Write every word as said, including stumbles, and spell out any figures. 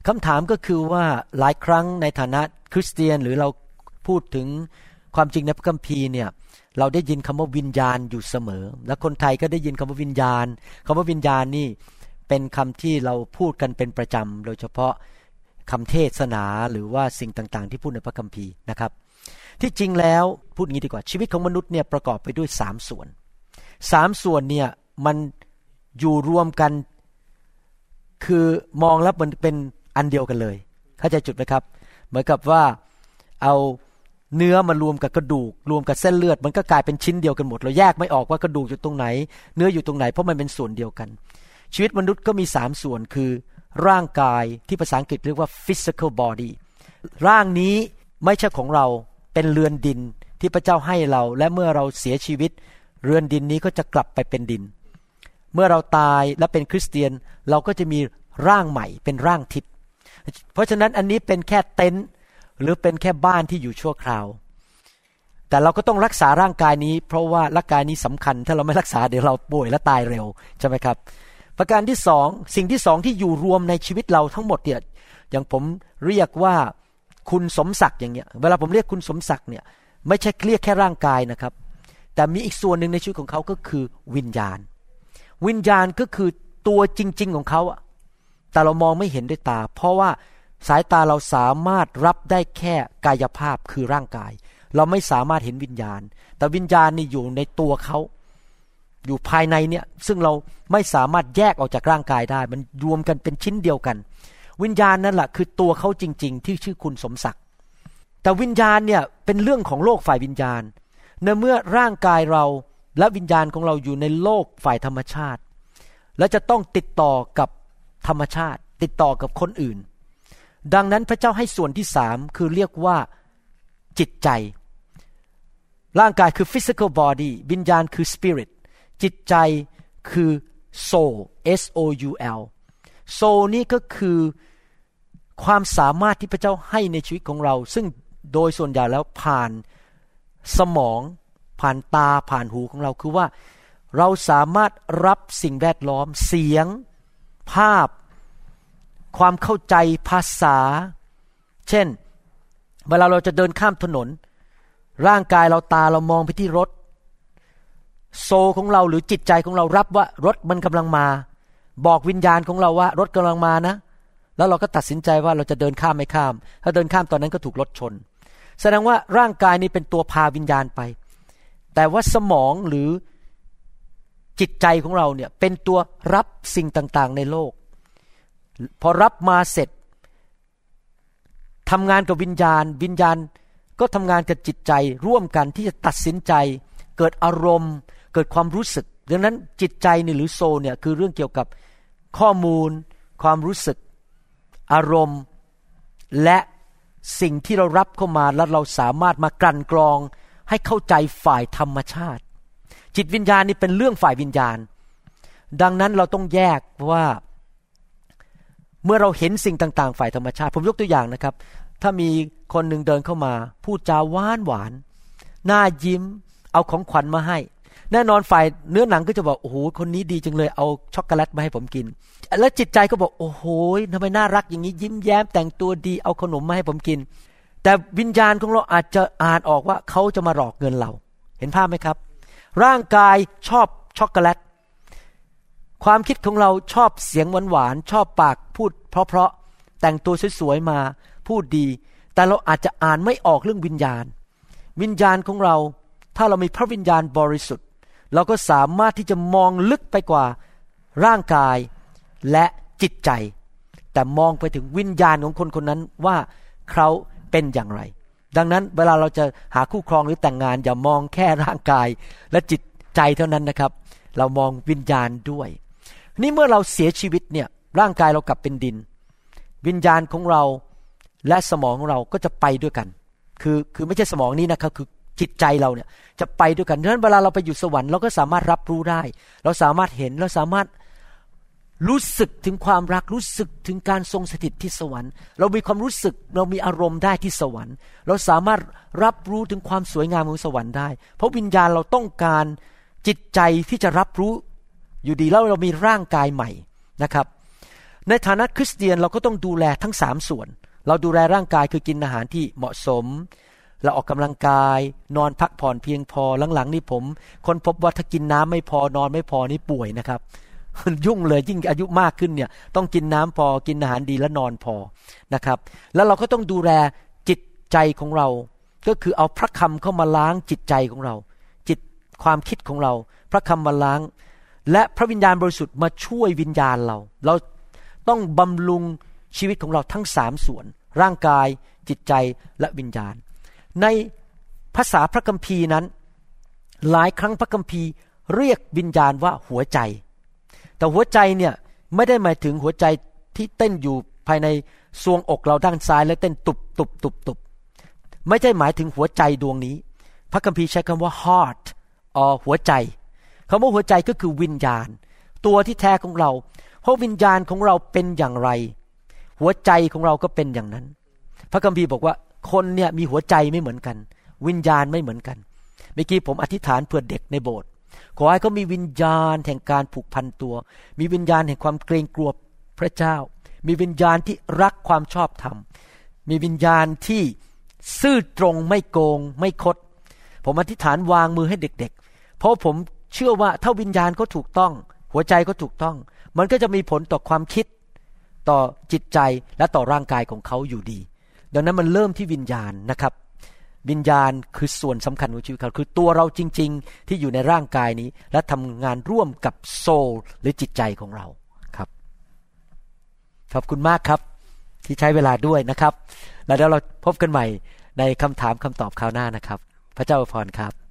คำถามก็คือว่าหลายครั้งในฐานะคริสเตียนหรือเราพูดถึงความจริงในพระคัมภีร์เนี่ยเราได้ยินคำว่าวิญญาณอยู่เสมอและคนไทยก็ได้ยินคำว่าวิญญาณคำว่าวิญญาณนี่เป็นคำที่เราพูดกันเป็นประจำโดยเฉพาะคำเทศนาหรือว่าสิ่งต่างๆที่พูดในพระคัมภีร์นะครับที่จริงแล้วพูดงี้ดีกว่าชีวิตของมนุษย์เนี่ยประกอบไปด้วยสามส่วนสามส่วนเนี่ยมันอยู่รวมกันคือมองแล้วมันเป็นอันเดียวกันเลยเข้าใจจุดไหมครับเหมือนกับว่าเอาเนื้อมารวมกับกระดูกรวมกับเส้นเลือดมันก็กลายเป็นชิ้นเดียวกันหมดเราแยกไม่ออกว่ากระดูกอยู่ตรงไหนเนื้ออยู่ตรงไหนเพราะมันเป็นส่วนเดียวกันชีวิตมนุษย์ก็มีสามส่วนคือร่างกายที่ภาษาอังกฤษเรียกว่า physical body ร่างนี้ไม่ใช่ของเราเป็นเรือนดินที่พระเจ้าให้เราและเมื่อเราเสียชีวิตเรือนดินนี้ก็จะกลับไปเป็นดินเมื่อเราตายและเป็นคริสเตียนเราก็จะมีร่างใหม่เป็นร่างทิพย์เพราะฉะนั้นอันนี้เป็นแค่เต็นท์หรือเป็นแค่บ้านที่อยู่ชั่วคราวแต่เราก็ต้องรักษาร่างกายนี้เพราะว่าร่างกายนี้สำคัญถ้าเราไม่รักษาเดี๋ยวเราป่วยและตายเร็วใช่ไหมครับประการที่สองสิ่งที่สองที่อยู่รวมในชีวิตเราทั้งหมดเนี่ยอย่างผมเรียกว่าคุณสมศักดิ์อย่างเงี้ยเวลาผมเรียกคุณสมศักดิ์เนี่ยไม่ใช่เรียกแค่ร่างกายนะครับแต่มีอีกส่วนหนึ่งในชีวิตของเขาก็คือวิญญาณวิญญาณก็คือตัวจริงๆของเขาอะแต่เรามองไม่เห็นด้วยตาเพราะว่าสายตาเราสามารถรับได้แค่กายภาพคือร่างกายเราไม่สามารถเห็นวิญญาณแต่วิญญาณนี่อยู่ในตัวเขาอยู่ภายในเนี่ยซึ่งเราไม่สามารถแยกออกจากร่างกายได้มันรวมกันเป็นชิ้นเดียวกันวิญญาณนั่นแหละคือตัวเขาจริงๆที่ชื่อคุณสมศักดิ์แต่วิญญาณเนี่ยเป็นเรื่องของโลกฝ่ายวิญญาณในเมื่อร่างกายเราและวิญญาณของเราอยู่ในโลกฝ่ายธรรมชาติและจะต้องติดต่อกับธรรมชาติติดต่อกับคนอื่นดังนั้นพระเจ้าให้ส่วนที่สามคือเรียกว่าจิตใจร่างกายคือ physical body วิญญาณคือ spirit จิตใจคือ soul S O U L soul นี่ก็คือความสามารถที่พระเจ้าให้ในชีวิตของเราซึ่งโดยส่วนใหญ่แล้วผ่านสมองผ่านตาผ่านหูของเราคือว่าเราสามารถรับสิ่งแวดล้อมเสียงภาพความเข้าใจภาษาเช่นเวลาเราจะเดินข้ามถนนร่างกายเราตาเรามองไปที่รถโซลของเราหรือจิตใจของเรารับว่ารถมันกำลังมาบอกวิญญาณของเราว่ารถกำลังมานะแล้วเราก็ตัดสินใจว่าเราจะเดินข้ามไม่ข้ามถ้าเดินข้ามตอนนั้นก็ถูกรถชนแสดงว่าร่างกายนี้เป็นตัวพาวิญญาณไปแต่ว่าสมองหรือจิตใจของเราเนี่ยเป็นตัวรับสิ่งต่างๆในโลกพอรับมาเสร็จทำงานกับวิญญาณวิญญาณก็ทำงานกับจิตใจร่วมกันที่จะตัดสินใจเกิดอารมณ์เกิดความรู้สึกดังนั้นจิตใจนี่หรือโซลเนี่ยคือเรื่องเกี่ยวกับข้อมูลความรู้สึกอารมณ์และสิ่งที่เรารับเข้ามาแล้วเราสามารถมากลั่นกรองให้เข้าใจฝ่ายธรรมชาติจิตวิญญาณนี่เป็นเรื่องฝ่ายวิญญาณดังนั้นเราต้องแยกว่าเมื่อเราเห็นสิ่งต่างๆฝ่ายธรรมชาติผมยกตัวอย่างนะครับถ้ามีคนหนึ่งเดินเข้ามาพูดจาหวานหวานหน้ายิ้มเอาของขวัญมาให้แน่นอนฝ่ายเนื้อหนังก็จะบอกโอ้โหคนนี้ดีจังเลยเอาช็อกโกแลตมาให้ผมกินแล้วจิตใจก็บอกโอ้โหทำไมน่ารักอย่างนี้ยิ้มแย้มแต่งตัวดีเอาขนมมาให้ผมกินแต่วิญญาณของเราอาจจะอ่านออกว่าเขาจะมาหลอกเงินเราเห็นภาพไหมครับร่างกายชอบช็อกโกแลตความคิดของเราชอบเสียงหวานๆชอบปากพูดเพราะๆแต่งตัวสวยๆมาพูดดีแต่เราอาจจะอ่านไม่ออกเรื่องวิญญาณวิญญาณของเราถ้าเรามีพระวิญญาณบริสุทธิ์เราก็สามารถที่จะมองลึกไปกว่าร่างกายและจิตใจแต่มองไปถึงวิญญาณของคนคนนั้นว่าเขาเป็นอย่างไรดังนั้นเวลาเราจะหาคู่ครองหรือแต่งงานอย่ามองแค่ร่างกายและจิตใจเท่านั้นนะครับเรามองวิญญาณด้วยนี่เมื่อเราเสียชีวิตเนี่ยร่างกายเรากลับเป็นดินวิญญาณของเราและสมองของเราก็จะไปด้วยกันคือคือไม่ใช่สมองนี้นะครับคือจิตใจเราเนี่ยจะไปด้วยกันดังนั้นเวลาเราไปอยู่สวรรค์เราก็สามารถรับรู้ได้เราสามารถเห็นเราสามารถรู้สึกถึงความรักรู้สึกถึงการทรงสถิตที่สวรรค์เรามีความรู้สึกเรามีอารมณ์ได้ที่สวรรค์เราสามารถรับรู้ถึงความสวยงามของสวรรค์ได้เพราะวิญญาณเราต้องการจิตใจที่จะรับรู้อยู่ดีแล้วเรามีร่างกายใหม่นะครับในฐานะคริสเตียนเราก็ต้องดูแลทั้งสามส่วนเราดูแลร่างกายคือกินอาหารที่เหมาะสมเราออกกำลังกายนอนพักผ่อนเพียงพอหลังๆนี่ผมค้นพบว่าถ้ากินน้ำไม่พอนอนไม่พอนี่ป่วยนะครับยุ่งเลยยิ่งอายุมากขึ้นเนี่ยต้องกินน้ำพอกินอาหารดีและนอนพอนะครับแล้วเราก็ต้องดูแลจิตใจของเราก็คือเอาพระคำเข้ามาล้างจิตใจของเราจิตความคิดของเราพระคำมาล้างและพระวิญญาณบริสุทธิ์มาช่วยวิญญาณเราเราต้องบำรุงชีวิตของเราทั้งสามส่วนร่างกายจิตใจและวิญญาณในภาษาพระคัมภีร์นั้นหลายครั้งพระคัมภีร์เรียกวิญญาณว่าหัวใจแต่หัวใจเนี่ยไม่ได้หมายถึงหัวใจที่เต้นอยู่ภายในทรวงอกเราด้านซ้ายและเต้นตุบตุบตุบตุบไม่ใช่หมายถึงหัวใจดวงนี้พระคัมภีร์ใช้คำว่า heart อ๋อหัวใจคำว่าหัวใจก็คือวิญญาณตัวที่แท้ของเราเพราะวิญญาณของเราเป็นอย่างไรหัวใจของเราก็เป็นอย่างนั้นพระคัมภีร์บอกว่าคนเนี่ยมีหัวใจไม่เหมือนกันวิญญาณไม่เหมือนกันเมื่อกี้ผมอธิษฐานเพื่อเด็กในโบสถ์ขอให้เขามีวิญญาณแห่งการผูกพันตัวมีวิญญาณแห่งความเกรงกลัวพระเจ้ามีวิญญาณที่รักความชอบธรรมมีวิญญาณที่ซื่อตรงไม่โกงไม่คดผมอธิษฐานวางมือให้เด็กๆเพราะผมเชื่อว่าถ้าวิญญาณเขาถูกต้องหัวใจเขาถูกต้องมันก็จะมีผลต่อความคิดต่อจิตใจและต่อร่างกายของเขาอยู่ดีดังนั้นมันเริ่มที่วิญญาณนะครับวิญญาณคือส่วนสำคัญของชีวิตเขาคือตัวเราจริงๆที่อยู่ในร่างกายนี้และทำงานร่วมกับโซลหรือจิตใจของเราครับขอบคุณมากครับที่ใช้เวลาด้วยนะครับแล้วเดี๋ยวเราพบกันใหม่ในคำถามคำตอบคราวหน้านะครับพระเจ้าอวยพรครับ